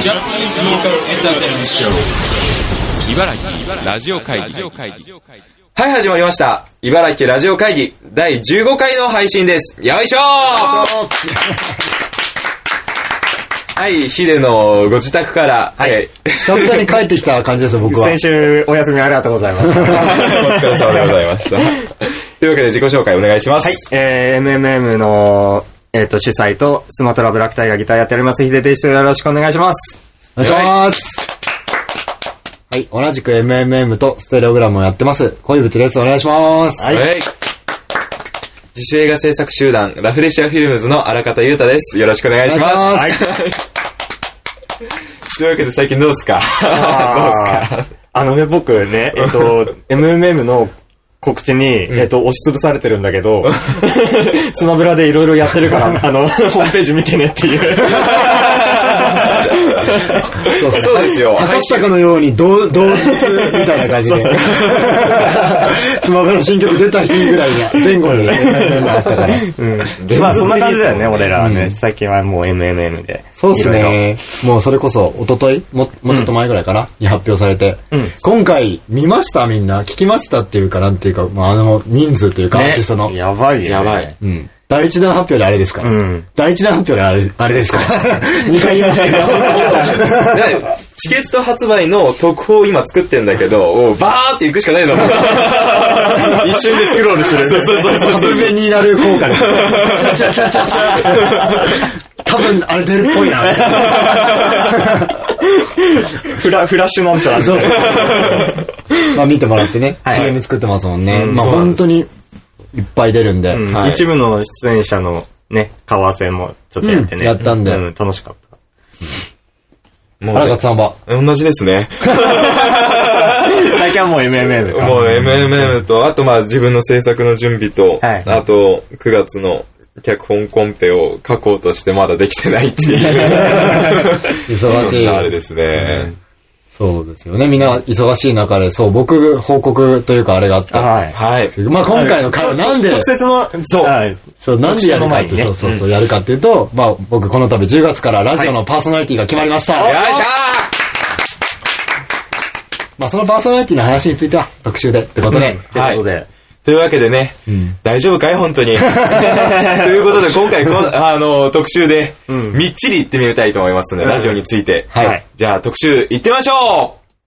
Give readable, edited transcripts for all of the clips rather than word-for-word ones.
ジャパニーズローカルエンターテインメントショー茨城ラジオ会議。 はい、始まりました。茨城ラジオ会議第15回の配信です。よいしょー。はい、ヒデのご自宅から、 はい、久々に帰ってきた感じです、僕は。先週お休みありがとうございます。 お疲れ様でございました。というわけで自己紹介お願いします。 はい、MMM の、主催とスマトラブラックタイがギターやっております、ヒデです。よろしくお願いします。お願いします。はい、同じく MMM とステレオグラムをやってます、恋淵です。お願いします。 はい。自主映画制作集団ラフレシアフィルムズの荒方優太です。よろしくお願いします。はい。というわけで最近どうですか？どうですか？ 僕ね、MMM の告知に、押しつぶされてるんだけど、スマブラでいろいろやってるから、ホームページ見てねっていう。 そうですよ。 測ったかのように同日みたいな感じで。スマブラの新曲出た日ぐらいが前後にあったから。まあそんな感じだよね、俺らはね。最近はもう MMM で。そうですね。もうそれこそ一昨日もうちょっと前ぐらいかなに発表されて。今回見ましたみんな聞きましたっていうかなんていうか、人数というかアーティストの。 やばい。 第一弾発表であれですか、第一弾発表であれですか2回言いますけどチケット発売の特報を今作ってんだけど、バーって行くしかないの。一瞬でスクロールする。そう。 突然になる効果です。チャチャ多分あれ出るっぽいな。フラッシュなんちゃら。そうまあ見てもらってね、CM作ってますもんね。まあ本当にいっぱい出るんで、一部の出演者のね、顔合わせもちょっとやってね。やったんで。楽しかった。荒勝さんは同じですね。 最近はもう MMM か。 もう MMM と、あとまあ自分の制作の準備と、あと9月の脚本コンペを書こうとしてまだできてないっていう。 忙しい。 あれですね。 そうですよね。みんな忙しい中で、そう、僕、報告というかあれがあって。はい。まあ今回の回なんで、直接の、そう、なんでやるかって、そう、やるかっていうと、まあ僕この度10月からラジオのパーソナリティが決まりました。よいしょー！まあそのパーソナリティの話については特集でってことで。 というわけでね、大丈夫かい本当に。ということで今回特集でみっちり行ってみたいと思いますね、ラジオについて。はい。じゃあ特集行ってみましょう。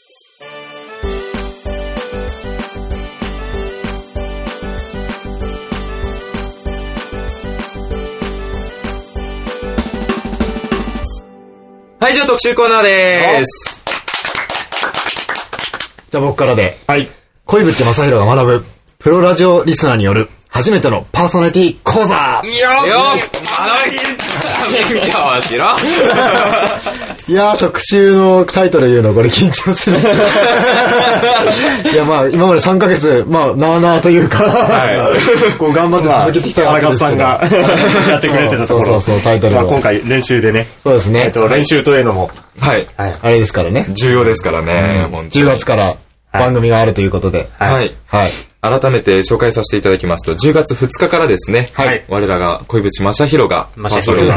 はい、じゃあ特集コーナーでーす。 じゃあ僕からで。はい。恋淵正宏が学ぶプロラジオリスナーによる初めてのパーソナリティ講座よっいやー、特集のタイトル言うのこれ緊張する。いや、まあ今まで3ヶ月まあなあなあというか、こう頑張って続けてきたわけですけど、荒川さんがやってくれてたところ、そうタイトルを今回練習でね、そうですね、練習というのもあれですからね、 重要ですからね。 10月から番組があるということで、 はい。改めて紹介させていただきますと、10月2日からですね、我らが恋淵正宏が、パーソナリテ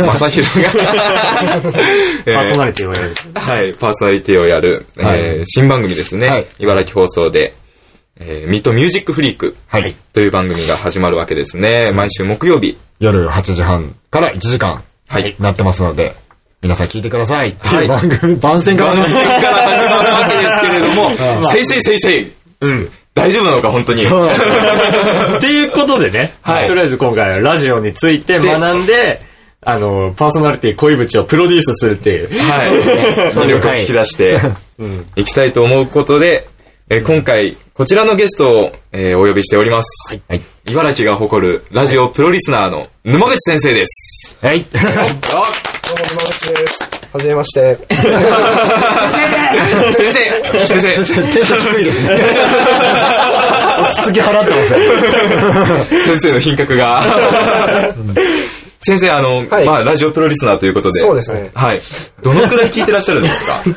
ィをやる。はい、パーソナリティをやる、新番組ですね。茨城放送で、ミッドミュージックフリークという番組が始まるわけですね。毎週木曜日。 夜8時半から1時間なってますので、皆さん聞いてください。はい。番組、番宣から始まるわけですけれども、せいせい。大丈夫なのか本当に。 っていうことでね、とりあえず今回はラジオについて学んで、パーソナリティ恋淵をプロデュースするっていう。 はい。その力を引き出していきたいと思うことで、今回、こちらのゲストをお呼びしております。はい。茨城が誇るラジオプロリスナーの沼口先生です。 はい。どうも沼口です。はじめまして。 先生テンション低いですね。落ち着き払ってますよ。 先生の品格が。先生、まあ、ラジオプロリスナーということで。 そうですね。 はい。どのくらい聞いてらっしゃるんですか？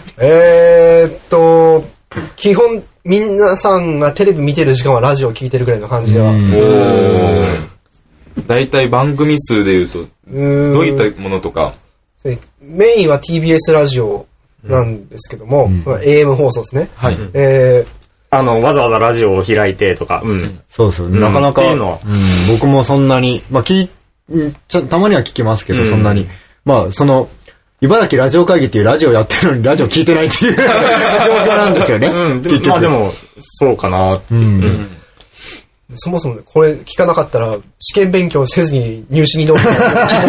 基本、皆さんがテレビ見てる時間はラジオ聞いてるぐらいの感じでは。 だいたい番組数でいうと、どういったものとか。 でメインは TBS ラジオなんですけども、AM 放送ですね。 はい。 わざわざラジオを開いてとか。そうそう。なかなか、僕もそんなに、まあ、たまには聞きますけど、そんなに。まあ、茨城ラジオ会議っていうラジオやってるのにラジオ聞いてないっていう状況なんですよね。 まあでも、そうかな。 そもそもね、これ聞かなかったら、試験勉強せずに入試に挑む。そう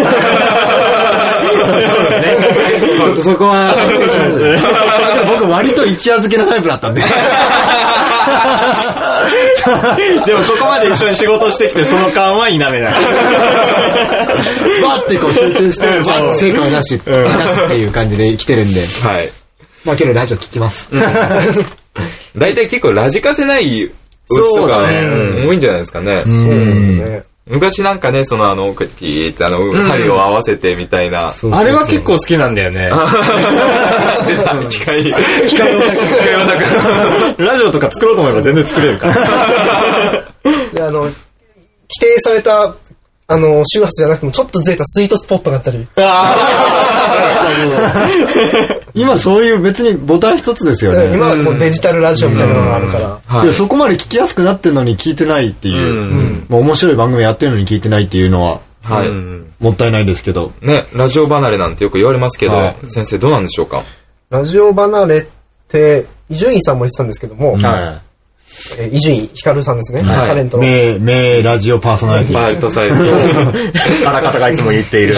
ですね。ちょっとそこは、僕割と一夜漬けなタイプだったんで。 でもここまで一緒に仕事してきてその感は否めない。 バッてこう集中して、バッて成果を出すっていう感じで来てるんで。 はい。 まあ今日ラジオ聞きます。 大体結構ラジカセないお家とか多いんじゃないですかね。 そうね。 昔なんかね、ピーって針を合わせてみたいな。 あれは結構好きなんだよね。 機械オタク。 ラジオとか作ろうと思えば全然作れるから。 で、規定された、周波数じゃなくてもちょっとずれたスイートスポットがあったり。 今そういう別にボタン一つですよね。 今はもうデジタルラジオみたいなのがあるから。 そこまで聞きやすくなってるのに聞いてないっていう。面白い番組やってるのに聞いてないっていうのは、もったいないですけど。 ね、ラジオ離れなんてよく言われますけど、先生どうなんでしょうか？ ラジオ離れって、伊集院さんも言ってたんですけども、伊集院光さんですね、タレントの。 名ラジオパーソナリティ。 あらかたがいつも言っている。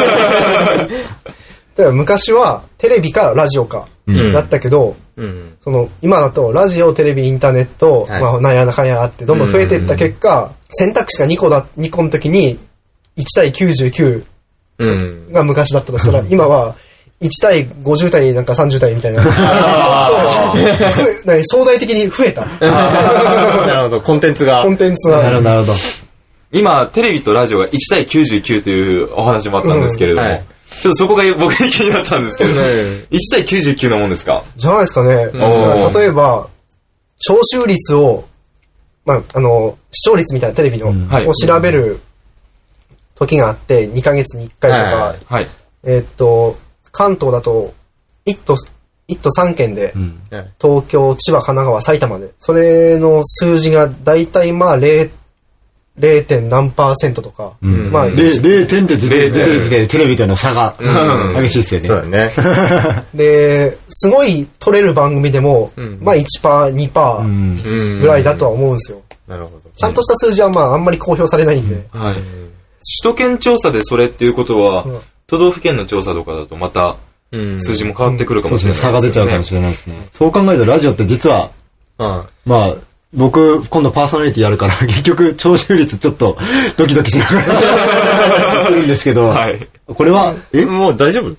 昔はテレビかラジオかだったけど、今だとラジオ、テレビ、インターネット、まあ、なんやらかんやらあってどんどん増えていった結果、選択肢が2個の時に1対99が昔だったとしたら、今は1対50対なんか30対みたいな。ちょっと、相対的に増えた。 なるほど、コンテンツが。 なるほど。 今、テレビとラジオが1対99というお話もあったんですけれども、ちょっとそこが僕に気になったんですけど、1対99のもんですか？ じゃないですかね。例えば、聴取率を、まあ、視聴率みたいなテレビの、を調べる時があって、2ヶ月に1回とか、関東だと、1都3県で、東京、千葉、神奈川、埼玉で、それの数字がだいたいまあ 0. 何%とか。 まあ、0. 点って出てる時点でテレビとの差が激しいですよね。 そうだね。 で、すごい撮れる番組でも、まあ 1%、2% ぐらいだとは思うんですよ。 なるほど。 ちゃんとした数字はまああんまり公表されないんで。 はい。首都圏調査でそれっていうことは、都道府県の調査とかだとまた数字も変わってくるかもしれないですね。 差が出ちゃうかもしれないですね。そう考えるとラジオって実は、まあ、僕、今度パーソナリティやるから、結局、聴取率ちょっと、ドキドキしながらやってるんですけど、これは、 もう大丈夫？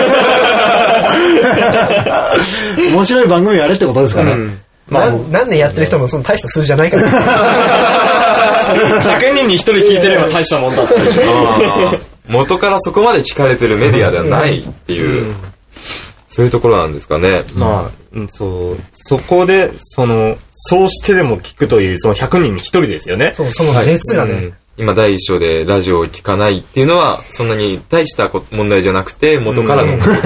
面白い番組やれってことですかね。 何年やってる人もその大した数字じゃないから。 100人に1人聞いてれば大したもんだって。 元からそこまで聞かれてるメディアではないっていう、そういうところなんですかね。 まあ、そこで、そうしてでも聞くという、その100人に1人ですよね。 その熱がね。 今第一章でラジオを聞かないっていうのは、そんなに大した問題じゃなくて、元からの。ちょっとこれ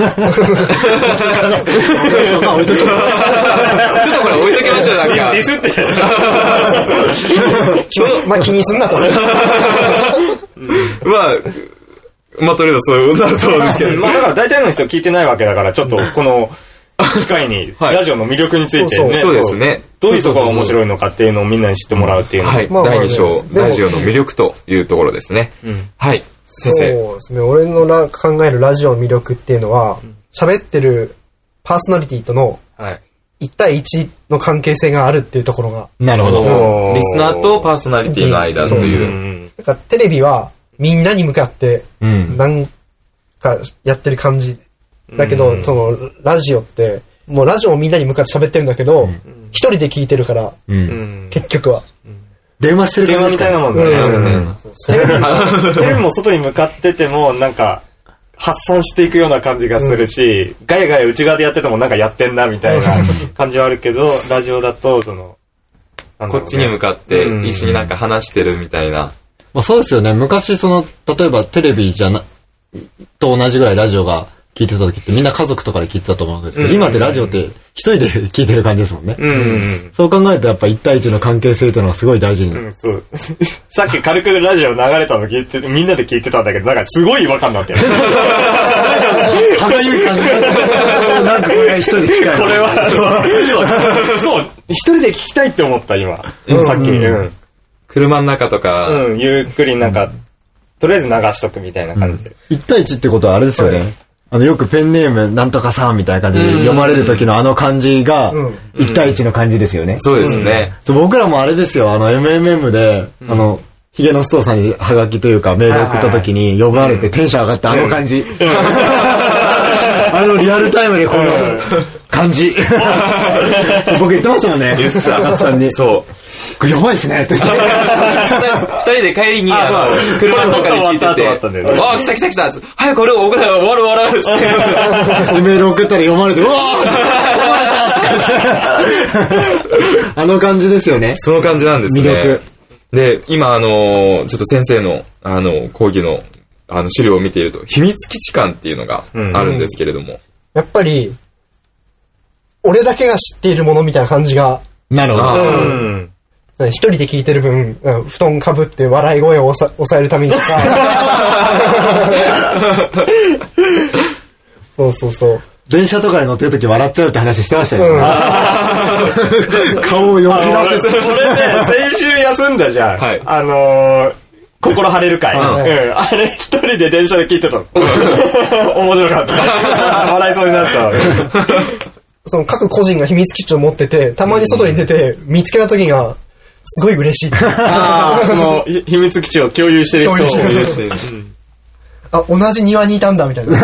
置いときましょう、なんか。 ディスって。 まあ気にすんなと。 まあとりあえずそうなると思うんですけど。 まあだから大体の人聞いてないわけだから、ちょっとこの機会にラジオの魅力についてね、 そうですね。 どういうところが面白いのかっていうのをみんなに知ってもらうっていうのはい。第2章、ラジオの魅力というところですね。はい。先生。 そうですね。俺の考えるラジオの魅力っていうのは、喋ってるパーソナリティとの1対1の関係性があるっていうところが。 なるほど。 リスナーとパーソナリティの間という。 なんかテレビはみんなに向かって、なんかやってる感じ。だけど、ラジオって、もうラジオをみんなに向かって喋ってるんだけど、一人で聞いてるから、結局は。 電話してる感じですか？電話みたいなもんね。テレビも外に向かってても、なんか、発散していくような感じがするし、ガヤガヤ内側でやっててもなんかやってんなみたいな感じはあるけど、ラジオだと、こっちに向かって一緒になんか話してるみたいな。 まあそうですよね。昔例えばテレビじゃなと同じぐらいラジオが聞いてた時ってみんな家族とかで聞いてたと思うんですけど、今ってラジオって一人で聞いてる感じですもんね。そう考えるとやっぱ1対1の関係性というのはすごい大事に。 そう。さっき軽くラジオ流れたの聞いて、みんなで聞いてたんだけど、なんかすごい違和感になってる。 歯がゆい感じ。なんかこれ一人で聞きたい。 これは、そう、一人で聞きたいって思った今。さっき。 車の中とか。 ゆっくりなんか、とりあえず流しとくみたいな感じで。 1対1ってことはあれですよね。よくペンネームなんとかさんみたいな感じで読まれる時のあの漢字が1対1の漢字ですよね。 そうですね。 僕らもあれですよ、MMM で、ヒゲのストーさんにハガキというかメール送った時に呼ばれてテンション上がったあの感じ。リアルタイムでこの感じ。僕言ってましたもんね。 言ってた。 赤さんに。 そう。 これやばいっすねって言って。 二人で帰りに、車の中で聞いてて、あ、来た来た来た早く俺ら終わるって。 メール送ったら読まれて、うわーあの感じですよね。 その感じなんですね。魅力。で、今ちょっと先生の、講義の、資料を見ていると、秘密基地感っていうのがあるんですけれども。 やっぱり、俺だけが知っているものみたいな感じが。 なるほど。 一人で聞いてる分、布団かぶって笑い声を抑えるためにとか。そうそうそう。 電車とかに乗ってるとき笑っちゃうって話してましたよね。顔をよじらせて。 それで、先週休んだじゃん。はい。心晴れる会。あれ一人で電車で聞いてたの。面白かった。笑いそうになった。 その各個人が秘密基地を持ってて、たまに外に出て見つけた時が、すごい嬉しい。 その、秘密基地を共有してる人を共有してる。 あ、同じ庭にいたんだ、みたいな。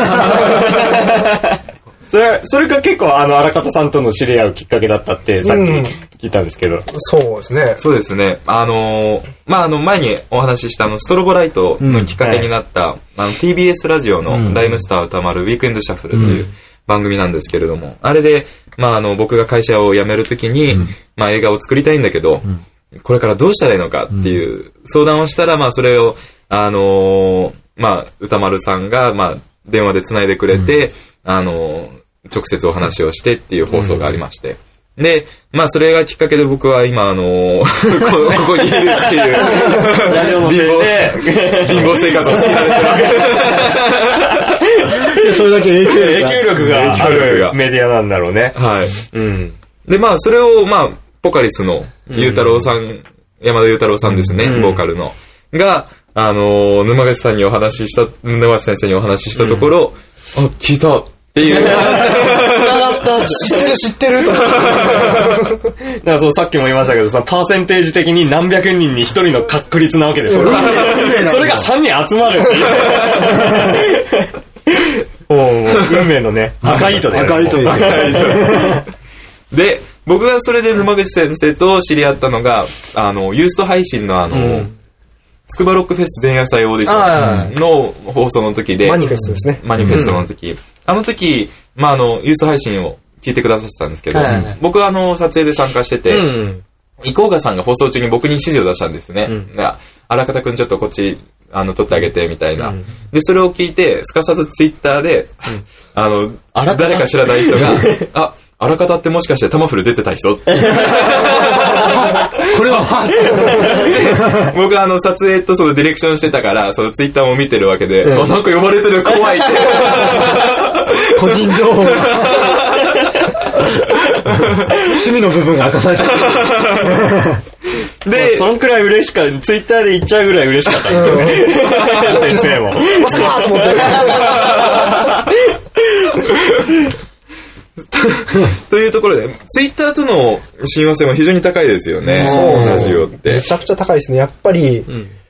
それが結構荒方さんとの知り合うきっかけだったって、さっき聞いたんですけど。 そうですね。 そうですね。前にお話ししたストロボライトのきっかけになった、TBS ラジオのライムスター歌丸ウィークエンドシャッフルという番組なんですけれども、あれで、僕が会社を辞めるときに、映画を作りたいんだけど、これからどうしたらいいのかっていう相談をしたら、それを、歌丸さんが、電話で繋いでくれて、直接お話をしてっていう放送がありまして。で、それがきっかけで僕は今、ここにいるっていう、貧乏生活を強いられてるわけで。それだけ影響力があるメディアなんだろうね。 はい。で、それを、ポカリスのゆうたろうさん、山田ゆうたろうさんですね、ボーカルの、が、沼口先生にお話ししたところ、あ、聞いたっていう。繋がった。知ってると。だからさっきも言いましたけど、パーセンテージ的に何百人に一人の確率なわけですよ。それが3人集まるっていう。運命のね、赤い糸で。 赤い糸で、僕がそれで沼口先生と知り合ったのが、ユースト配信のつくばロックフェス前夜祭オーディションの放送の時で、 マニフェストですね。 マニフェストの時。ユースト配信を聞いてくださってたんですけど、僕は撮影で参加してて、イコーガさんが放送中に僕に指示を出したんですね。荒方くんちょっとこっち、撮ってあげて、みたいな。で、それを聞いて、すかさずツイッターで、誰か知らない人が、荒方ってもしかしてタマフル出てた人これは僕は撮影とそのディレクションしてたから、そのツイッターも見てるわけで、なんか呼ばれてる、怖いって。 個人情報が。趣味の部分が明かされてる。 で、そんくらい嬉しかった。ツイッターで言っちゃうぐらい嬉しかったんですよね。先生も。 まさかと思って。 というところで、ツイッターとの親和性も非常に高いですよね。ラジオって。 めちゃくちゃ高いですね。やっぱり、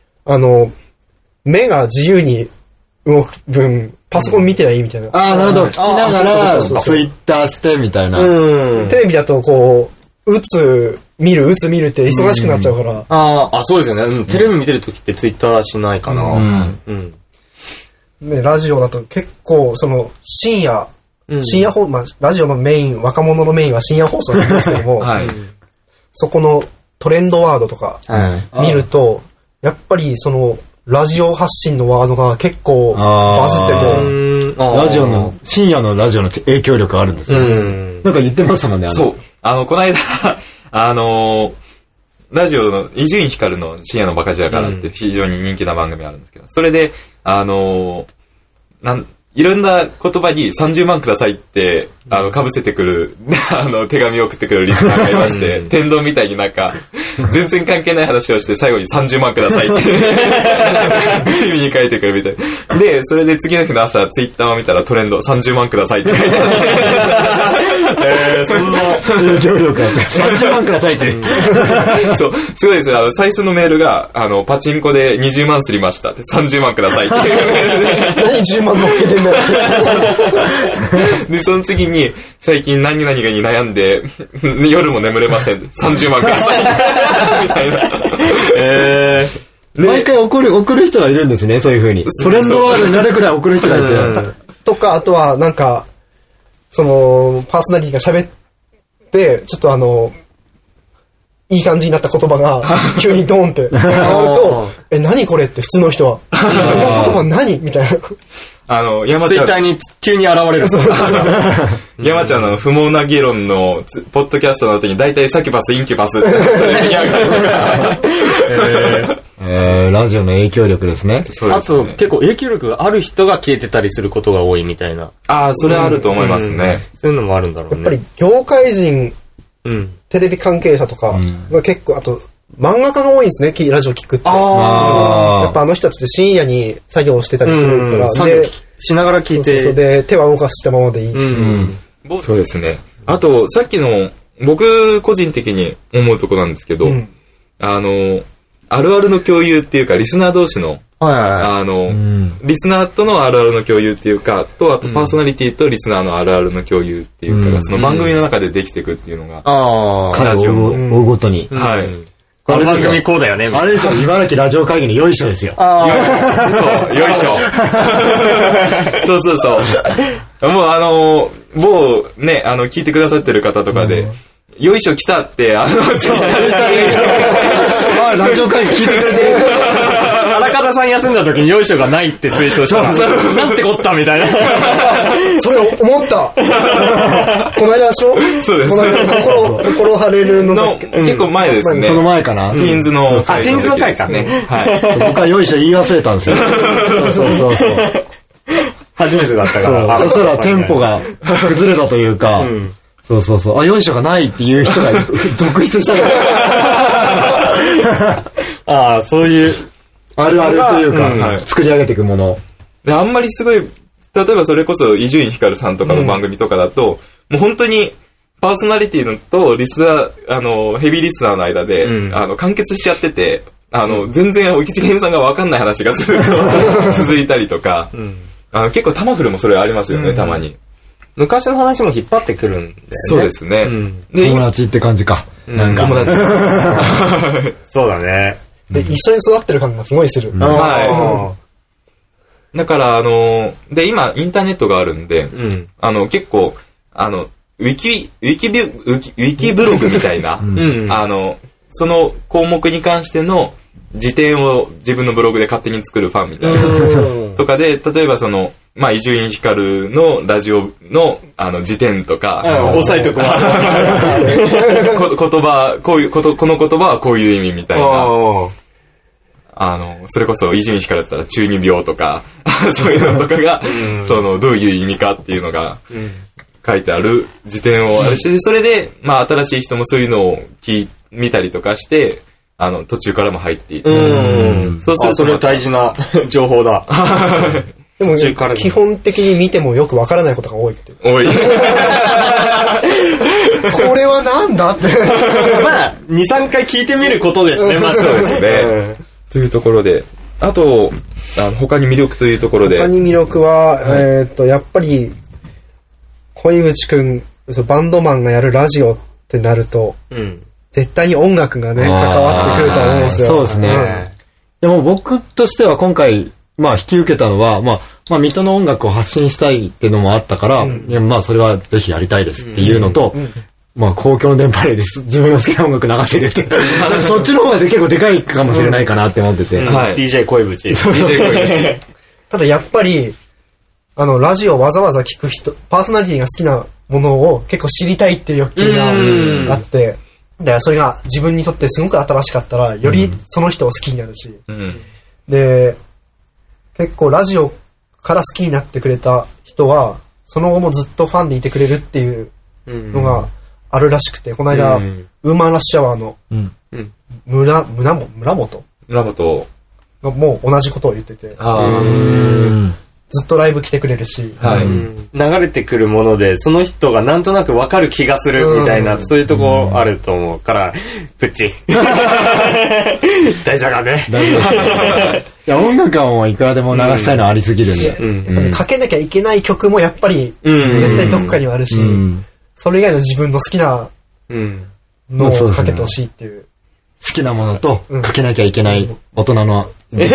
目が自由に動く分、パソコン見てないみたいな。 なるほど。聞きながら、ツイッターしてみたいな。 テレビだと打つ見るって忙しくなっちゃうから。 そうですよね。テレビ見てるときってツイッターしないかな。 ね、ラジオだと結構、深夜放送、ラジオのメイン、若者のメインは深夜放送なんですけども、そこのトレンドワードとか見ると、やっぱりラジオ発信のワードが結構バズってて、 ラジオの、深夜のラジオの影響力あるんですね。なんか言ってましたもんね、 そう。この間、ラジオの伊集院光の深夜のバカ力って非常に人気な番組あるんですけど、それで、いろんな言葉に30万くださいって、被せてくる、手紙を送ってくるリスナーがいまして、天丼みたいになんか、全然関係ない話をして最後に30万くださいって、意味に書いてくるみたい。で、それで次の日の朝、ツイッターを見たらトレンド30万くださいって書いてある。そんな影響力あって、30万くださいって。 そう、すごいです。最初のメールが、パチンコで20万すりましたって、30万くださいって。 何10万乗っけてんだよ。 で、その次に、最近何々に悩んで、夜も眠れません。30万ください。みたいな。 毎回送る人がいるんですね、そういう風に。トレンドワードになるくらい送る人がいて。 とか、あとはなんか、パーソナリティが喋って、ちょっといい感じになった言葉が、急にドーンって変わると、何これって普通の人は。この言葉何みたいな。 山ちゃん。 ツイッターに急に現れる。 山ちゃんの不毛な議論の、ポッドキャストの後に大体サキュパス、インキュバスって、 ラジオの影響力ですね。 あと、結構影響力がある人が消えてたりすることが多いみたいな。 ああ、それはあると思いますね。 そういうのもあるんだろうね。 やっぱり業界人、テレビ関係者とかが結構、あと、漫画家が多いんですね、ラジオ聞くって。やっぱ人たちって深夜に作業してたりするから、 で、しながら聞いて。 そうで、手は動かしたままでいいし。 そうですね。あと、さっきの、僕個人的に思うとこなんですけど、あるあるの共有っていうか、リスナー同士の、リスナーとのあるあるの共有っていうか、あとパーソナリティとリスナーのあるあるの共有っていうか、その番組の中でできていくっていうのが、 ラジオを追うごとに。 はい。 この番組こうだよね。 あれですよ、茨城ラジオ会議のよいしょですよ。 そう、よいしょ。そうそうそう。もう某ね、聞いてくださってる方とかで、よいしょ来たって、ラジオ会議聞いてくれてる。 荒方さん休んだ時によいしょがないってツイートしたら、なんてこったみたいな。 それ思った。この間でしょ？ そうです。 この間心晴れるの結構前ですね。 その前かな。 ティーンズの。 ティーンズの回かね。 はい。 僕はよいしょ言い忘れたんですよ。そう。 初めてだったから。 そしたらテンポが崩れたというか、そう。あ、よいしょがないっていう人が続出したから。 そういう。 あるあるというか、作り上げていくもの。 で、あんまりすごい、例えばそれこそ伊集院光さんとかの番組とかだと、もう本当に、パーソナリティのとリスナー、ヘビーリスナーの間で、完結しちゃってて、全然、おきちげんさんがわかんない話がずっと続いたりとか、結構タマフルもそれありますよね、たまに。 昔の話も引っ張ってくるんだよね。 そうですね。 友達って感じか。 なんか。友達。 そうだね。 で、一緒に育ってる感がすごいする。 はい。だから、で、今、インターネットがあるんで、結構、ウィキブログみたいな、その項目に関しての辞典を自分のブログで勝手に作るファンみたいな。とかで、例えば伊集院光のラジオの、辞典とか、 押さえとくわ。 言葉、この言葉はこういう意味みたいな。それこそ伊集院光だったら中二病とか、そういうのとかが、どういう意味かっていうのが、書いてある辞典をあれして、それで、新しい人もそういうのを見たりとかして、途中からも入っていって。 そうするとそれ大事な情報だ。 でも、基本的に見てもよくわからないことが多いって。 多い。これはなんだって。 2、3回聞いてみることですね、まず。 そうですね。というところで、あと、他に魅力というところで。 他に魅力は、やっぱり、恋淵くん、バンドマンがやるラジオってなると、絶対に音楽がね、関わってくると思うんですよ。 そうですね。でも僕としては今回、引き受けたのは、水戸の音楽を発信したいっていうのもあったから、それはぜひやりたいですっていうのと、 まあ公共の電波で自分の好きな音楽流せるって。そっちの方が結構でかいかもしれないかなって思ってて。 はい。DJ 恋淵。 DJ 恋淵。 ただやっぱり、ラジオをわざわざ聞く人、パーソナリティが好きなものを結構知りたいっていう欲求があって、だからそれが自分にとってすごく新しかったら、よりその人を好きになるし、で、結構ラジオから好きになってくれた人は、その後もずっとファンでいてくれるっていうのがあるらしくて、この間、ウーマンラッシュアワーの村本がもう同じことを言ってて、ずっとライブ来てくれるし、 流れてくるもので、その人がなんとなくわかる気がするみたいな、そういうとこあると思うから、プッチ。大事だね。 いや、音楽はもういくらでも流したいのありすぎるんで。かけなきゃいけない曲もやっぱり、絶対どこかにはあるし、それ以外の自分の好きなのをかけてほしいっていう。 好きなものと、かけなきゃいけない大人の。や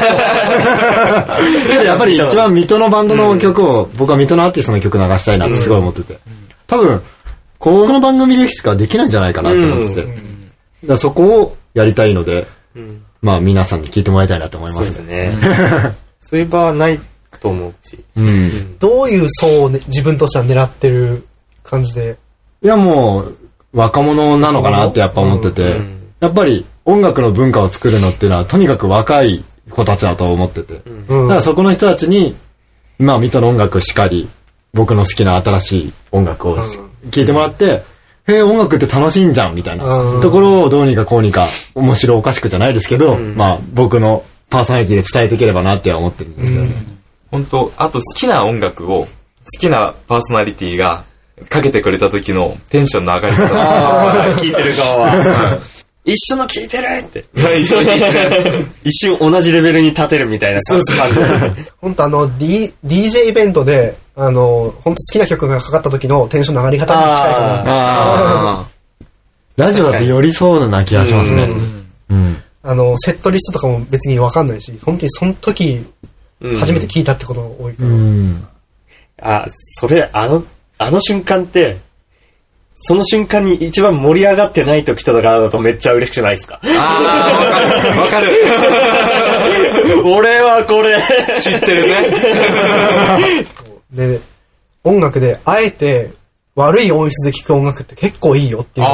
っぱり一番水戸のバンドの曲を、僕は水戸のアーティストの曲流したいなってすごい思ってて。多分、この番組でしかできないんじゃないかなって思ってて。だそこをやりたいので、まあ皆さんに聞いてもらいたいなと思います。 そうですね。そういう場はないと思うし。 どういう層を自分としては狙ってる感じで。 いやもう、若者なのかなってやっぱ思ってて、やっぱり音楽の文化を作るのっていうのはとにかく若い子たちだと思ってて。だからそこの人たちに、まあ水戸の音楽しかり、僕の好きな新しい音楽を聴いてもらって、音楽って楽しいんじゃんみたいなところをどうにかこうにか面白おかしくじゃないですけど、まあ僕のパーソナリティで伝えていければなっては思ってるんですけどね。 本当あと好きな音楽を好きなパーソナリティがかけてくれた時のテンションの上がり方。 聞いてる側は。一緒の聞いてるって。一緒に聞いてる。一瞬同じレベルに立てるみたいな感じ。 本当DJ イベントで、本当好きな曲がかかった時のテンションの上がり方に近いかな。 ラジオだって寄りそうな気がしますね。 セットリストとかも別にわかんないし、本当にその時、初めて聞いたってことが多いから。 それ、あの瞬間って、その瞬間に一番盛り上がってない時とかだとめっちゃ嬉しくないですか？ わかる。 俺はこれ知ってるね。 で、音楽であえて悪い音質で聴く音楽って結構いいよっていう。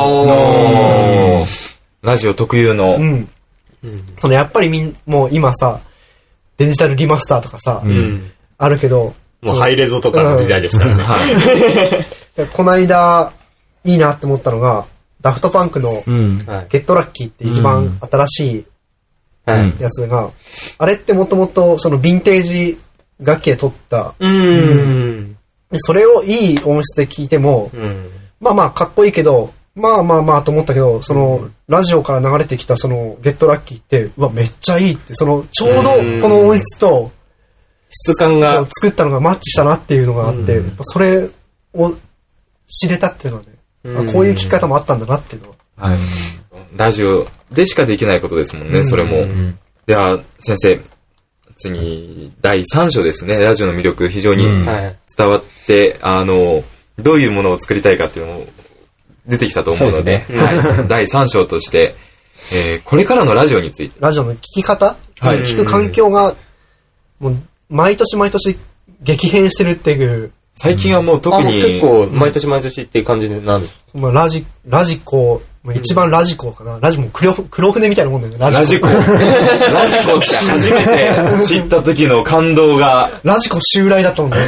ラジオ特有の。 やっぱりもう今さ、デジタルリマスターとかさ、あるけど。 もうハイレゾとかの時代ですからね。 この間、いいなって思ったのが、ダフトパンクのゲットラッキーって一番新しいやつが、あれってもともとそのヴィンテージ楽器で撮った、でそれをいい音質で聴いても、まあまあかっこいいけど、まあと思ったけど、そのラジオから流れてきたそのゲットラッキーって、うわめっちゃいいって、ちょうどこの音質と質感が作ったのがマッチしたなっていうのがあって、それを知れたっていうのはね、こういう聞き方もあったんだなっていうのは。 ラジオでしかできないことですもんね、それも。では、先生、次、第3章ですね。ラジオの魅力、非常に伝わって、どういうものを作りたいかっていうのも出てきたと思うので、第3章として、これからのラジオについて。 ラジオの聞き方、聞く環境が、もう、毎年毎年激変してるっていう。 最近はもう特に。 結構、毎年毎年っていう感じなんですか？ ラジコ、一番ラジコかな。ラジコ、黒船みたいなもんだよね。 ラジコ。ラジコって初めて知った時の感動が。 ラジコ襲来だったもんね。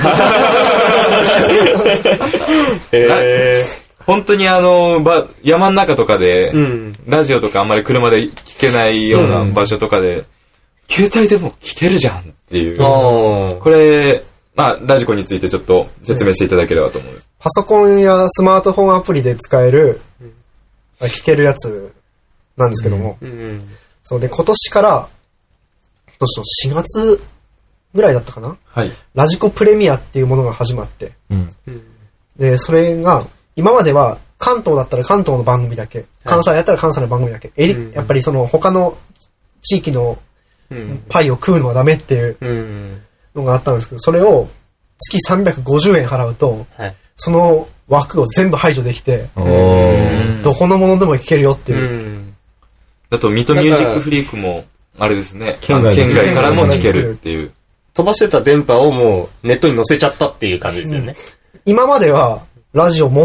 本当に山の中とかで、ラジオとかあんまり車で聞けないような場所とかで、携帯でも聞けるじゃんっていう。これ、ラジコについてちょっと説明していただければと思います。 パソコンやスマートフォンアプリで使える、聞けるやつなんですけども、そうで、今年の4月ぐらいだったかな、ラジコプレミアっていうものが始まって、で、それが、今までは関東だったら関東の番組だけ、関西やったら関西の番組だけ、やっぱりその他の地域のパイを食うのはダメっていうのがあったんですけど、それを月350円払うと、その枠を全部排除できて、どこのものでも聞けるよっていう。 だと、ミトミュージックフリークも、あれですね、県外からも聞けるっていう。 飛ばしてた電波をもうネットに載せちゃったっていう感じですよね。 今までは、ラジオ持って、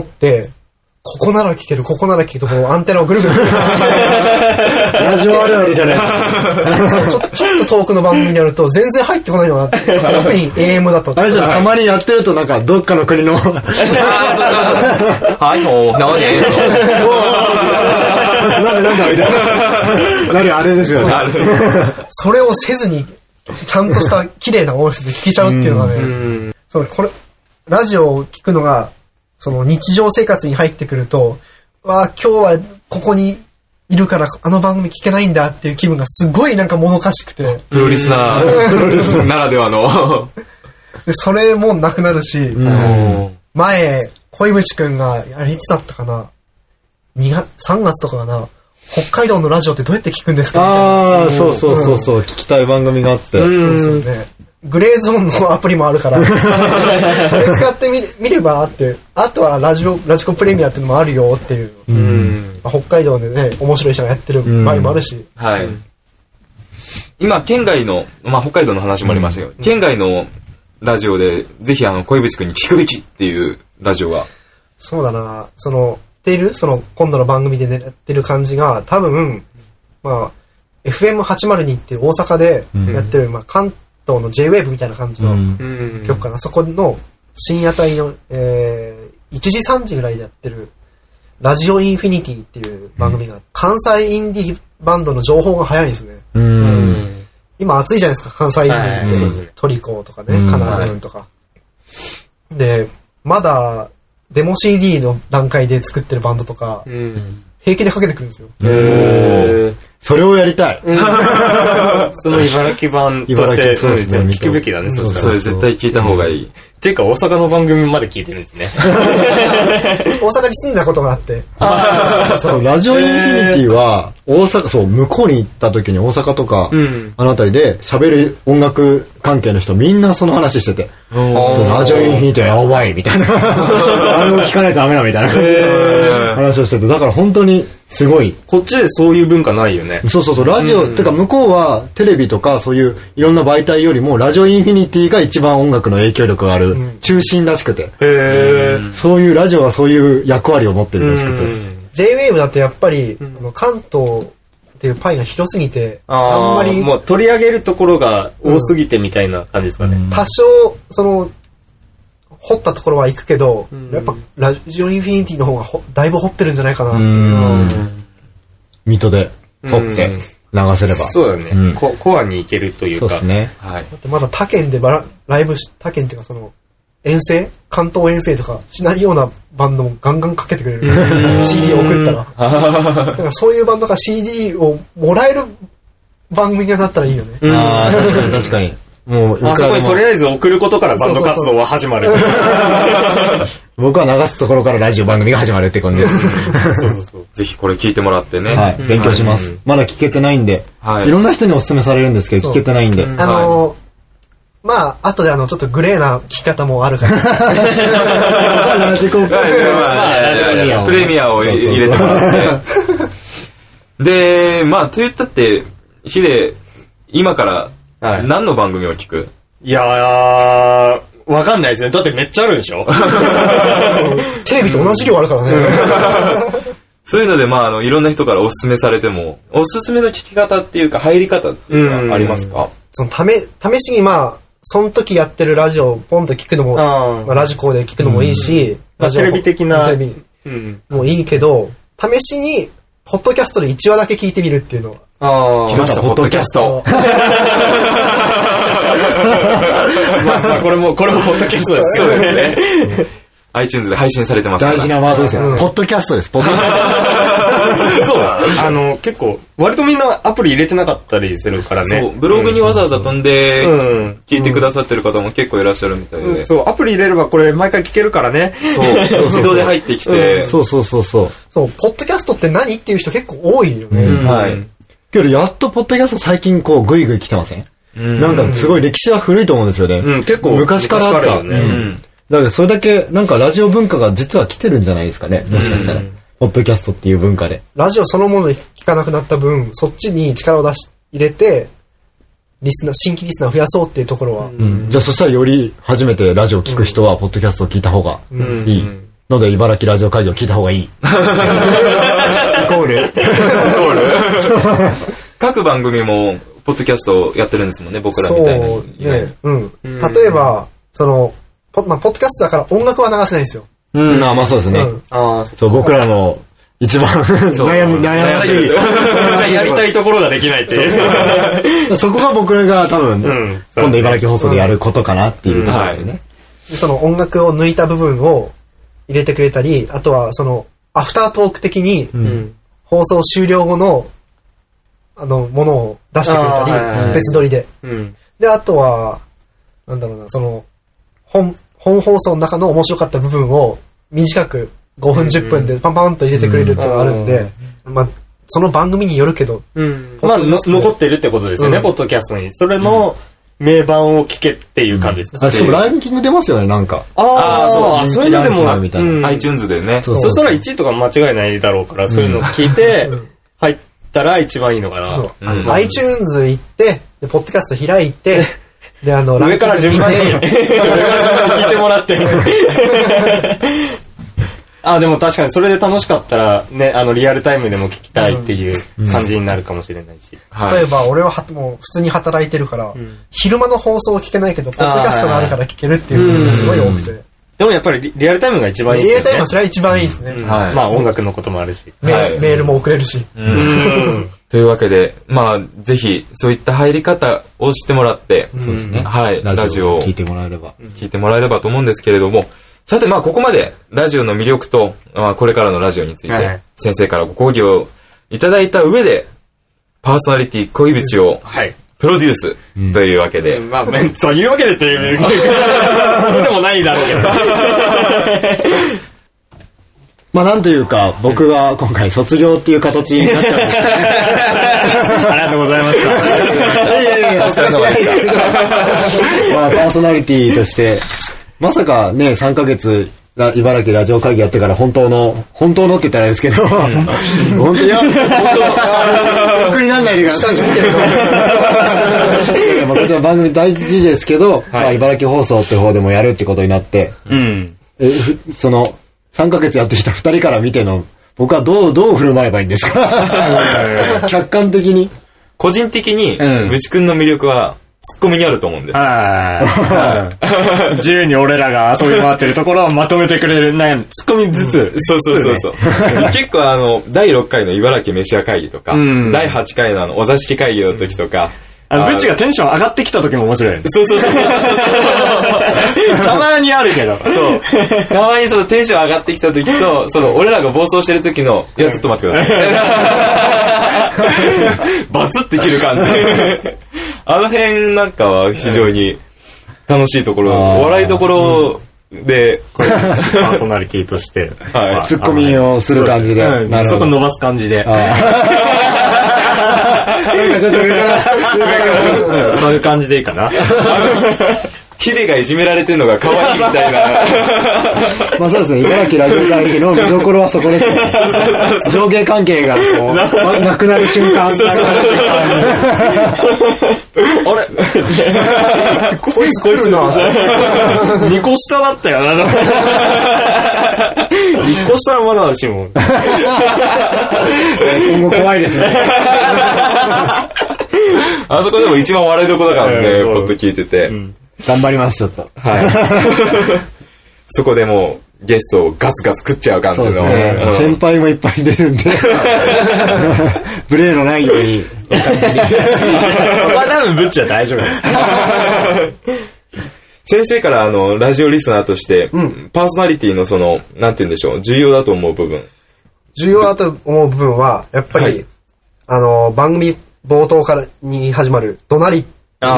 ここなら聞ける、ここなら聞けると、こうアンテナをぐるぐるラジオあるあるじゃないちょっと遠くの番組にやると全然入ってこないのなって。特に AM だと。 あれじゃたまにやってるとなんかどっかの国のはい、 もう、なぜなんだみたいな。なるあれですよね。 それをせずに、ちゃんとした綺麗な音質で聞けちゃうっていうのがね、これ、ラジオを聞くのが、その日常生活に入ってくると、今日はここにいるからあの番組聞けないんだっていう気分がすごいなんかもどかしくて。 プロリスナーならではの。 で、それもなくなるし、前、小渕くんが、あれいつだったかな3月とかかな北海道のラジオってどうやって聞くんですかそう、聞きたい番組があって。 そうね。グレーゾーンのアプリもあるから、それ使ってみればって、あとはラジコプレミアっていうのもあるよっていう。北海道でね、面白い人がやってる場合もあるし。 はい。今、県外の、北海道の話もありましたけど、県外のラジオで、ぜひ小渕くんに聞くべきっていうラジオが。 そうだな、今度の番組でやってる感じが、多分、FM802 って大阪でやってる、関東の J-Wave みたいな感じの曲かな。そこの深夜帯の、1時3時ぐらいでやってる、ラジオインフィニティっていう番組が、関西インディーバンドの情報が早いんですね。今暑いじゃないですか、関西インディーって。トリコとかね、カナルーンとか。で、まだ、デモ CD の段階で作ってるバンドとか、平気でかけてくるんですよ。 それをやりたい。 その茨城版として聞くべきだね。 それ絶対聞いた方がいい。 っていうか大阪の番組まで聞いてるんですね。 大阪に住んだことがあって。 そう、ラジオインフィニティは、大阪、そう、向こうに行った時に大阪とか、あの辺りで喋る音楽関係の人みんなその話してて、そう、ラジオインフィニティはやばいみたいな。あれを聞かないとダメだみたいな感じで話をしてて、だから本当にすごい。 こっちでそういう文化ないよね。 そう、ラジオ、てか向こうはテレビとかそういういろんな媒体よりも、ラジオインフィニティが一番音楽の影響力がある中心らしくて、そういうラジオはそういう役割を持ってるらしくて。 J-Wave だとやっぱり、関東っていうパイが広すぎて、あんまり。 もう取り上げるところが多すぎてみたいな感じですかね。 多少、掘ったところは行くけど、やっぱラジオインフィニティの方がだいぶ掘ってるんじゃないかなっていう。 水戸で掘って流せれば。 そうだね。コアに行けるというか。 そうですね。 はい。まだ他県でライブ他県っていうか遠征関東遠征とかしないようなバンドもガンガンかけてくれる。CD を送ったら。だからそういうバンドが CD をもらえる番組になったらいいよね。 確かに。もう、 あそこにとりあえず送ることからバンド活動は始まる。 僕は流すところからラジオ番組が始まるって感じです。 ぜひこれ聞いてもらってね。 はい。勉強します。まだ聞けてないんで。いろんな人にお勧めされるんですけど、聞けてないんで。 後でちょっとグレーな聞き方もあるから。 ラジコプレミアを入れてもらって。で、と言ったって、ヒデ、今から、何の番組を聞く？ いやー、わかんないですね。だってめっちゃあるでしょ？ テレビと同じ量あるからね。 そういうので、いろんな人からおすすめされても、おすすめの聞き方っていうか、入り方っていうのはありますか？ 試しにその時やってるラジオをポンと聞くのも、ラジコで聞くのもいいし、 テレビ的な。 テレビもいいけど、試しに、ポッドキャストで1話だけ聞いてみるっていうのは。 来ました、ポッドキャスト。 これもポッドキャストですよね。 iTunes で配信されてますから。 大事なワードですよ。ポッドキャストです。ポッドキャスト。そう。結構、割とみんなアプリ入れてなかったりするからね。 そう。ブログにわざわざ飛んで、聞いてくださってる方も結構いらっしゃるみたいで。 そう。アプリ入れればこれ毎回聞けるからね。 そう。自動で入ってきて。 そう。 そう、ポッドキャストって何っていう人結構多いよね。 はい。 けど、やっとポッドキャスト最近グイグイ来てません？なんかすごい歴史は古いと思うんですよね。 結構。 昔からあった。 だからそれだけ、なんかラジオ文化が実は来てるんじゃないですかね。もしかしたら。ポッドキャストっていう文化で。 ラジオそのもので聞かなくなった分、そっちに力を入れて、新規リスナーを増やそうっていうところは。 じゃあそしたらより初めてラジオを聞く人は、ポッドキャストを聞いた方がいい。ので、茨城ラジオ会議を聞いた方がいい。イコール各番組も、ポッドキャストやってるんですもんね、僕らみたいな。そうね。 例えば、ポッドキャストだから音楽は流せないんですよ。 まあそうですね。そう、僕らの一番悩ましい。 やりたいところができないっていう。 そこが僕らが多分、今度茨城放送でやることかなっていうところですよね。 その音楽を抜いた部分を入れてくれたり、あとはアフタートーク的に、放送終了後の、ものを出してくれたり、別撮りで。で、あとは、なんだろうな、本放送の中の面白かった部分を短く5分10分でパンパンと入れてくれるっていうのがあるんで、まあ、その番組によるけど。 まあ、残ってるってことですよね、ポッドキャストに。それの名盤を聞けっていう感じですか。 しかもランキング出ますよね、なんか。 そういうのでも、 iTunes でね。 そしたら1位とか間違いないだろうから、そういうのを聞いて、入ったら一番いいのかな。 iTunes 行って、ポッドキャスト開いて、で、 上から順番に聞いてもらって。でも確かにそれで楽しかったら、ね、リアルタイムでも聞きたいっていう感じになるかもしれないし。 例えば、俺はもう普通に働いてるから、昼間の放送を聞けないけど、ポッドキャストがあるから聞けるっていうのがすごい多くて。 でもやっぱりリアルタイムが一番いいですよね。 リアルタイムはそれは一番いいですね。 まあ音楽のこともあるし。 メールも送れるし。 というわけで、まあ、ぜひ、そういった入り方をしてもらって、 そうですね。 はい、ラジオを聞いてもらえれば。 聞いてもらえればと思うんですけれども、さて、まあ、ここまで、ラジオの魅力と、これからのラジオについて、先生からご講義をいただいた上で、パーソナリティ恋淵を、プロデュースというわけで。 まあ、そういうわけでっていう、そうでもないだろうけど。 まあなんというか、僕が今回卒業っていう形になっちゃうんですけどね。 ありがとうございました。 いや、お疲れ様でした。まあパーソナリティとして、まさかね、3ヶ月、茨城ラジオ会議やってから本当のって言ったらあれですけど、本当いや、僕になんないでください。まあこちら番組大事ですけど、まあ茨城放送って方でもやるってことになって、3ヶ月やってきた2人から見ての、僕はどう振る舞えばいいんですか客観的に。 個人的に、ぶちくんの魅力は、ツッコミにあると思うんです。 自由に俺らが遊び回ってるところをまとめてくれる、ツッコミずつ。 そう。結構第6回の茨城メシア会議とか、第8回のお座敷会議の時とか、 ブチがテンション上がってきた時も面白いよね。 そう。 たまにあるけど。 そう。たまにテンション上がってきた時と、俺らが暴走してる時の、いや、ちょっと待ってください。バツって切る感じ。あの辺なんかは非常に楽しいところ、笑いどころで、 パーソナリティとして、 ツッコミをする感じで。 そこ伸ばす感じで。 なんかちょっと上からそういう感じでいいかな。 ヒデがいじめられてるのが可愛いみたいな。 まあそうですね、茨城ラジオ会議の見どころはそこですね。上下関係がなくなる瞬間。あれこいつ来るな。 2個下だったよな。1個下はまだだしも。 今後怖いですね。 あそこでも一番笑いどころだからね、ポッド聞いてて。 頑張ります、ちょっと。 はい。そこでもう、ゲストをガツガツ食っちゃう感じの。 先輩もいっぱい出るんで。ブレーのないように。 そこは多分ブッチは大丈夫。 先生からラジオリスナーとして、パーソナリティのなんて言うんでしょう、重要だと思う部分。 重要だと思う部分は、やっぱり、番組冒頭からに始まる、怒鳴り。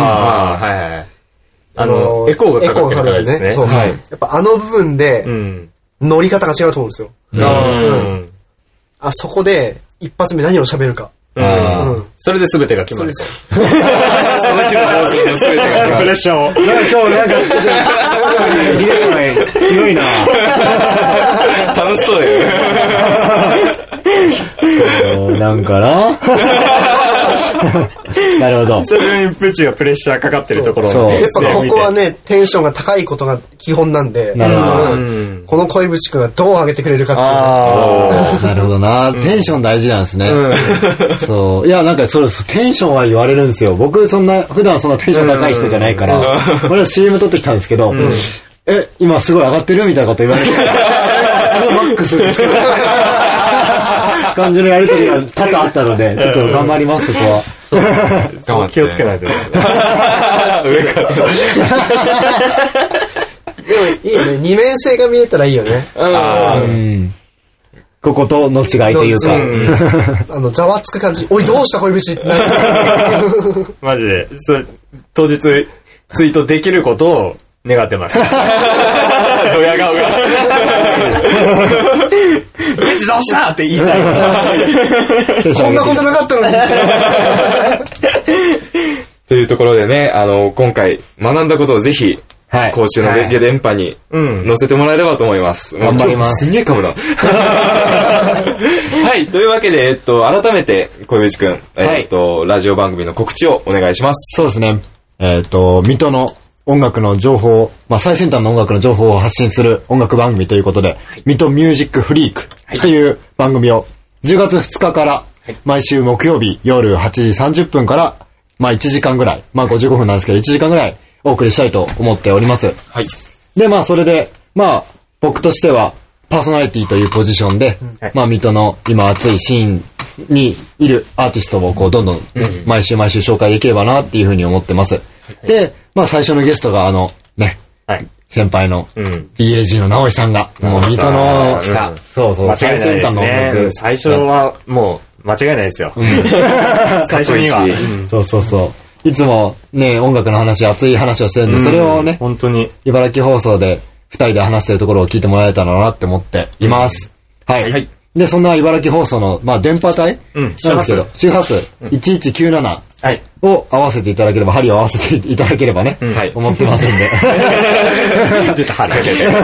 エコーがかかってるからですね。 そう。やっぱ部分で、乗り方が違うと思うんですよ。あそこで、一発目何を喋るか。 それで全てが決まる。その日の放送の全てが決まる。 プレッシャーを。 今日なんか、強いな楽しそうだよね。 なんかななるほど。 それにプチがプレッシャーかかってるところを。やっぱここはね、テンションが高いことが基本なんで、 なるほど。 この恋淵くんがどう上げてくれるかっていう。 なるほどな。テンション大事なんですね。そう。いや、なんかテンションは言われるんですよ。僕普段そんなテンション高い人じゃないから、俺は CM 撮ってきたんですけど、今すごい上がってるみたいなこと言われて、すごいマックスです感じのやりとりが多々あったので、ちょっと頑張ります、そこは。 頑張って気をつけないと。上から。 でもいいよね。二面性が見えたらいいよね。 こことの違いというか。 ざわつく感じ。おい、どうした恋淵ってなる。 マジで。当日ツイートできることを願ってます。ドヤ顔が。ベンチどうしたって言いたい。 こんなことなかったのに。 というところでね、今回学んだことをぜひ、講習の電波に載せてもらえればと思います。 頑張ります。 すんげえかもな。はい、というわけで、改めて、小淵くん、ラジオ番組の告知をお願いします。 そうですね。水戸の音楽の情報、最先端の音楽の情報を発信する音楽番組ということで、水戸ミュージックフリークという番組を10月2日から毎週木曜日夜8時30分から1時間ぐらい、55分なんですけど1時間ぐらいお送りしたいと思っております。 はい。 で、それで、僕としてはパーソナリティというポジションで、水戸の今熱いシーンにいるアーティストをどんどん毎週紹介できればなっていうふうに思ってます。で、最初のゲストが先輩の BAG の直井さんが、もう水戸の、そう、 最先端の音楽。最初はもう間違いないですよ。最初には。 そう。いつもね、音楽の話、熱い話をしてるんで、それをね、 本当に茨城放送で二人で話してるところを聞いてもらえたらなって思っています。はい。で、そんな茨城放送の、電波帯なんですけど、周波数1197を合わせていただければ、針を合わせていただければね、思ってますんで。 出た、針。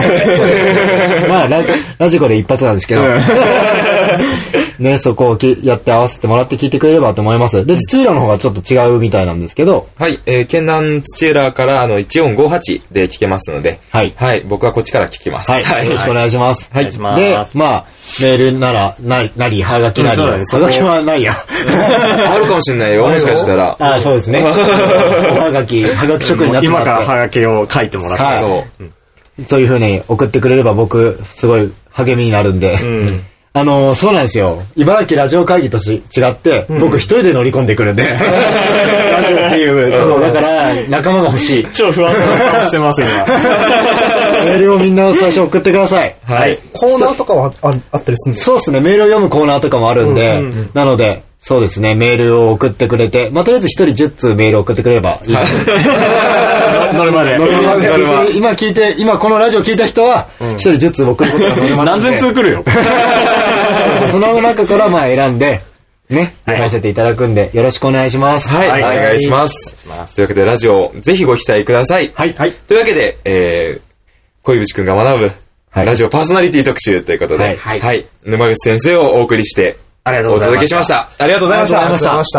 ラジコで一発なんですけど、ね、そこをやって合わせてもらって聞いてくれればと思います。で、土浦の方がちょっと違うみたいなんですけど、 はい、県南土浦から1458で聞けますので、はい、僕はこっちから聞きます。 はい、よろしくお願いします。 はい、 で、メールなり、はがきなり、はがきはないや。 あるかもしれないよ、もしかしたら。 そうですね。はがき職になってもらって。 今からはがきを書いてもらって。 そういう風に送ってくれれば僕、すごい励みになるんで。そうなんですよ。茨城ラジオ会議と違って、僕一人で乗り込んでくるんで。ラジオっていう。だから、仲間が欲しい。 超不安な顔してます、今。 メールをみんな最初送ってください。 はい。コーナーとかはあったりするんですか？ そうですね。メールを読むコーナーとかもあるんで、なので、そうですね。メールを送ってくれて、とりあえず一人10通メールを送ってくれればいい。 乗るまで。 今このラジオ聞いた人は、一人10通送ることが乗るまで。 何千通来るよ。 その中から選んで、ね、読ませていただくんで、よろしくお願いします。 はい、お願いします。というわけで、ラジオ、ぜひご期待ください。 はい。 というわけで、小淵くんが学ぶ、ラジオパーソナリティ特集ということで、はい。沼口先生をお送りして、お届けしました。ありがとうございました。 ありがとうございました。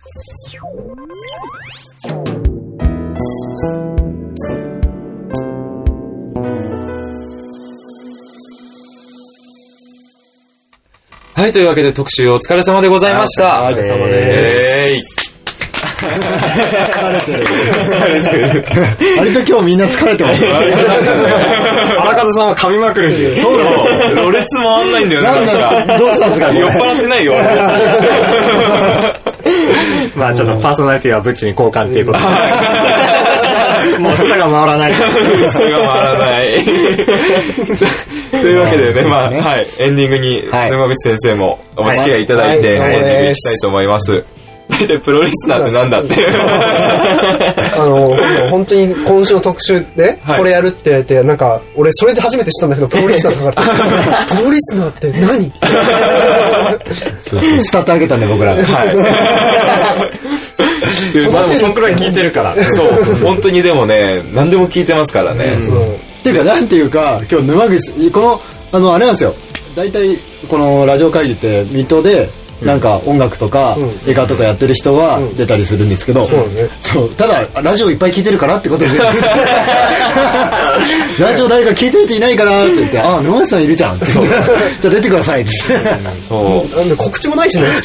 はい、というわけで特集お疲れ様でございました。 お疲れ様です。疲れてる。割と今日みんな疲れてます。 荒風さんは噛みまくるし。 そうなの。ろれつ回んないんだよね。 どうしたんですか？ 酔っ払ってないよ。 ちょっとパーソナリティはブチに交換っていうことで。もう舌が回らない。 舌が回らない。というわけでね、エンディングに沼口先生もお付き合いいただいて、エンディングいきたいと思います。大体プロリスナーってなんだって本当に今週の特集でこれやるって言われて、なんか俺それで初めて知ったんだけど、プロリスナーとかプロリスナーって何そうそう、慕ってあげたね、僕ら。はい。 まあでもそんくらい聞いてるから。 そう、本当にでもね、何でも聞いてますからね。そう。 っていうか、なんていうか、今日沼口、この、あれなんですよ。大体、このラジオ会議って、水戸で、なんか音楽とか映画とかやってる人は出たりするんですけど、そう、ただラジオいっぱい聞いてるからってことでラジオ誰か聞いてる人いないかなって言って、あ、沼内さんいるじゃんってじゃあ出てくださいってそうなんで告知もないしね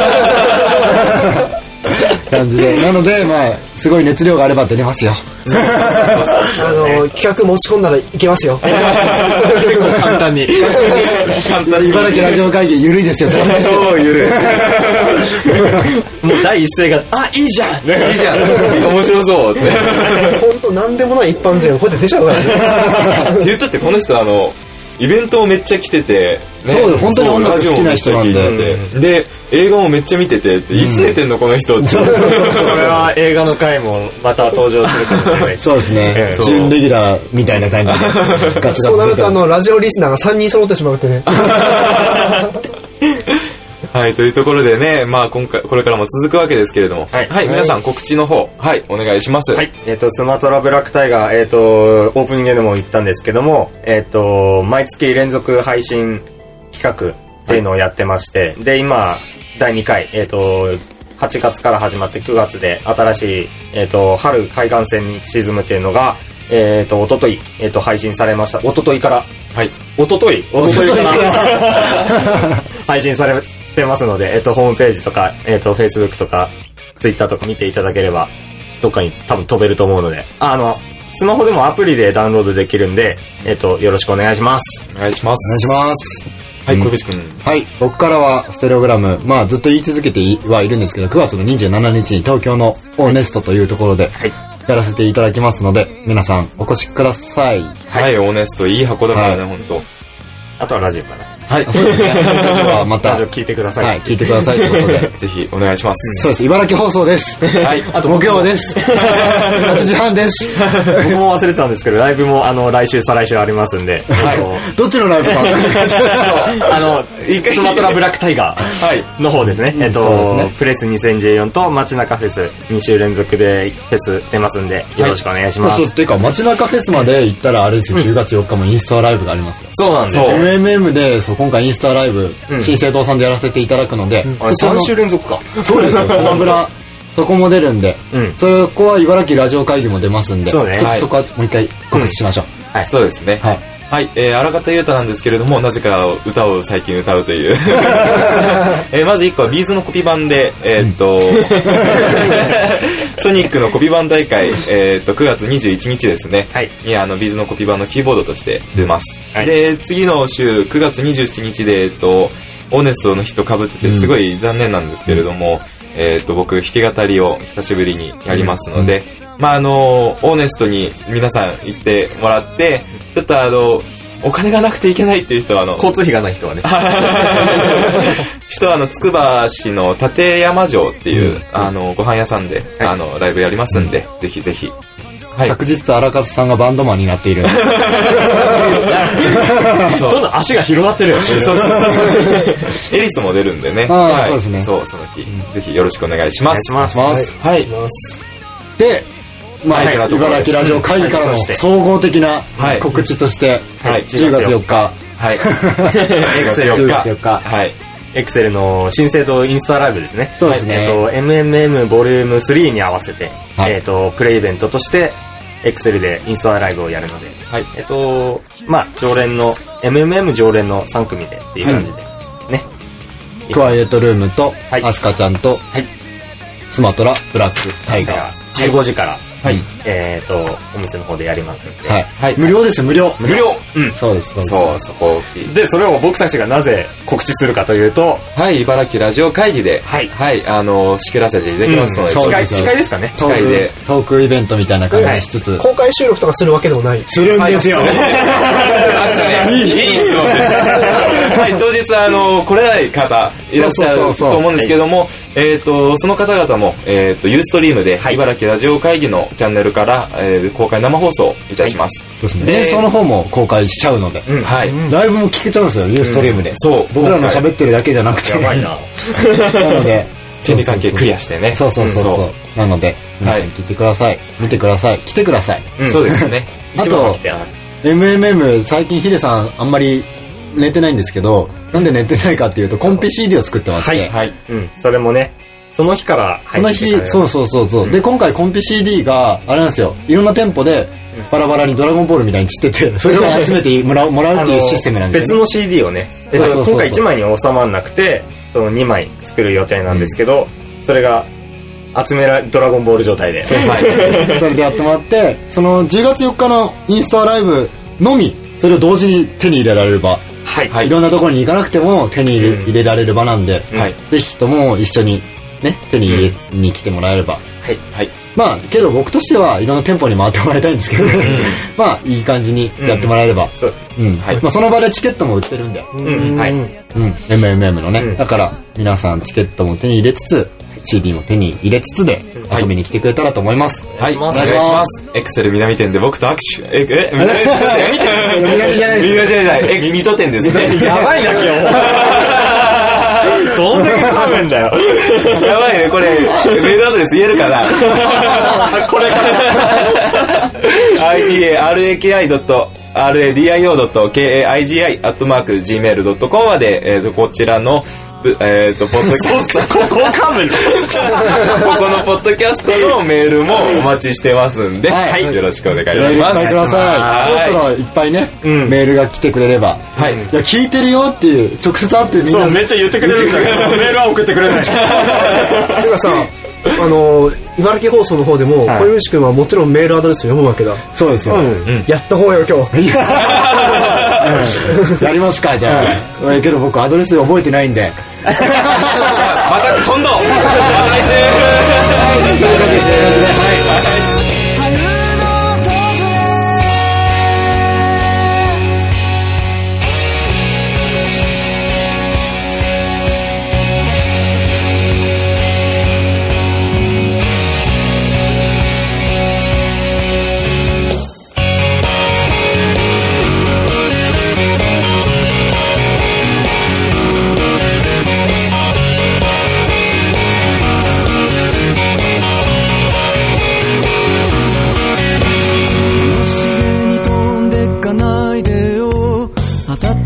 感じで、なのでまあすごい熱量があれば出れますよ。 企画持ち込んだらいけますよ。 簡単に茨城ラジオ会議ゆるいですよ。 超ゆるい。もう第一声が、あ、いいじゃんいいじゃん面白そうって本当なんでもない一般人がこうやって出ちゃうからね。 って言ったってこの人イベントもめっちゃ来てて、 ね、そう、本当に音楽好きな人なんで、 で映画もめっちゃ見ててって、いつ寝てんのこの人って。これは映画の回もまた登場するかもしれない。 そうですね、準レギュラーみたいな感じでガツそうなるとラジオリスナーが3人揃ってしまうってね。 はい、というところでね、まあこれからも続くわけですけれども、はい、皆さん告知の方、はい、お願いします。はい、 スマトラブラックタイガー、オープニングでも言ったんですけども、毎月連続配信企画っていうのをやってまして、で、今、第2回、8月から始まって9月で新しい、春海岸線に沈むっていうのが、おととい、配信されました。おとといから、はい、おとといから配信されてますので、ホームページとか、Facebook とか、Twitter とか見ていただければ、どっかに多分飛べると思うので、スマホでもアプリでダウンロードできるんで、よろしくお願いします。 お願いします。 お願いします。 はい、小渕くん。 はい、僕からはステレオグラム、まあずっと言い続けてはいるんですけど、9月の27日に東京のオーネストというところで、やらせていただきますので、皆さんお越しください。 はい、オーネストいい箱だからね、本当。 あとはラジオかな。 はい、そうですね。ラジオはまたラジオ聞いてください。 はい、聞いてくださいということで、 ぜひお願いします。 そうです、茨城放送です。はい、あと木曜です。8時半です。 僕も忘れてたんですけど、ライブも来週再来週ありますんで、 どっちのライブか分かんないけど、スマトラブラックタイガーの方ですね。プレス2014と街中フェス2週連続でフェス出ますんで、よろしくお願いします。 そうっていうか街中フェスまで行ったらあれですよ、10月4日もインスタライブがありますよ。 そうなんですよ。 MMM で今回インスタライブ、新生堂さんでやらせていただくので、 3週連続か。 そうですよ、スマブラそこも出るんで、そこは茨城ラジオ会議も出ますんで、ちょっとそこはもう一回告知しましょう。 はい、そうですね。はい、荒方裕太なんですけれども、なぜか歌を最近歌うという。まず1個はビーズのコピー版で、ソニックのコピー版大会、9月21日ですね。はい。にビーズのコピー版のキーボードとして出ます。はい。で、次の週、9月27日で、オーネストの日と被ってて、すごい残念なんですけれども、僕、弾き語りを久しぶりにやりますので、まあオーネストに皆さん行ってもらって、ちょっとお金がなくていけないっていう人は交通費がない人はね。 人はつくば市の立山城っていう、ご飯屋さんで、ライブやりますんで、ぜひぜひ。 はい、昨日荒勝さんがバンドマンになっている。 どんどん足が広がってるよ。そうエリスも出るんでね。 はい、そうですね。 そう、その日、ぜひよろしくお願いします。 お願いします。 はい。 で、まあ、茨城ラジオ会議からの総合的な告知として、10月4日。 はい。10月4日。はい。 エクセルの新生堂インスタライブですね。 そうですね。 MMM ボリューム3に合わせて、プレイイベントとして、エクセルでインスタライブをやるので、はい。まあ、MMM 常連の3組でっていう感じで、ね。 クワイエットルームと、アスカちゃんと、スマトラ、ブラック、タイガー。 15時から、はい。お店の方でやりますんで。 はい。無料です、無料。 無料。 うん。そうです。 そう、そこ大きい。 で、それを僕たちがなぜ告知するかというと、 はい、茨城ラジオ会議で、はい。はい、仕切らせていただきますので、 司会ですかね。 司会で。 トークイベントみたいな感じしつつ。 公開収録とかするわけでもない。 するんですよ。 明したね。いい質問です。はい、当日来れない方いらっしゃると思うんですけども、その方々も、ユーストリームで、茨城ラジオ会議のチャンネルから、公開生放送いたします。 そうですね。演奏の方も公開しちゃうので、はい。ライブも聴けちゃうんですよ、ユーストリームで。そう。僕らの喋ってるだけじゃなくて。やばいな。なので、 心理関係クリアしてね。 そう。なので、皆さん聞いてください。見てください。来てください。 そうですね。 あと、MMM、最近ヒデさんあんまり寝てないんですけど、なんで寝てないかっていうと、コンピ CD を作ってまして。 はい。それもね、その日からその日、そう。で、今回コンピ CD が、あれなんですよ、いろんな店舗で、バラバラにドラゴンボールみたいに散ってて、それを集めてもらうっていうシステムなんですよね。別の CD をね、今回1枚に収まんなくて、その2枚作る予定なんですけど、それが、ドラゴンボール状態で。それでやってもらって、その10月4日のインスタライブのみ、それを同時に手に入れられる場。はい。いろんなところに行かなくても手に入れられる場なんで、ぜひとも一緒にね、手に入れに来てもらえれば。はい。まあ、けど僕としてはいろんな店舗に回ってもらいたいんですけどね。まあ、いい感じにやってもらえれば。まあ、その場でチケットも売ってるんで。MMM のね。だから、皆さんチケットも手に入れつつ、CD も手に入れつつで遊びに来てくれたらと思います。 はい、お願いします。エクセル南店で僕と握手。南じゃない。水戸店ですね。 やばいな、今日。どんだけ噛むんだよ。 やばいね、これ、メールアドレス言えるかな。 これから。 itaradio.radio.kaigi@gmail.com まで、こちらの、ポッドキャスト。ここ噛むのここのポッドキャストのメールもお待ちしてますんで、よろしくお願いします。 いっぱいください。そろそろいっぱいね、メールが来てくれれば。いや、聞いてるよっていう、直接会ってみんな。 そう、めっちゃ言ってくれるんだけど、メールは送ってくれない。 てかさ、茨城放送の方でも、小西君はもちろんメールアドレス読むわけだ。 そうですよ。 やった方よ、今日。 やりますか、じゃあ。けど僕アドレス覚えてないんで。 また今度また来週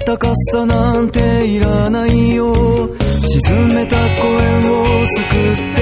傘なんていらないよ、沈めた声を救って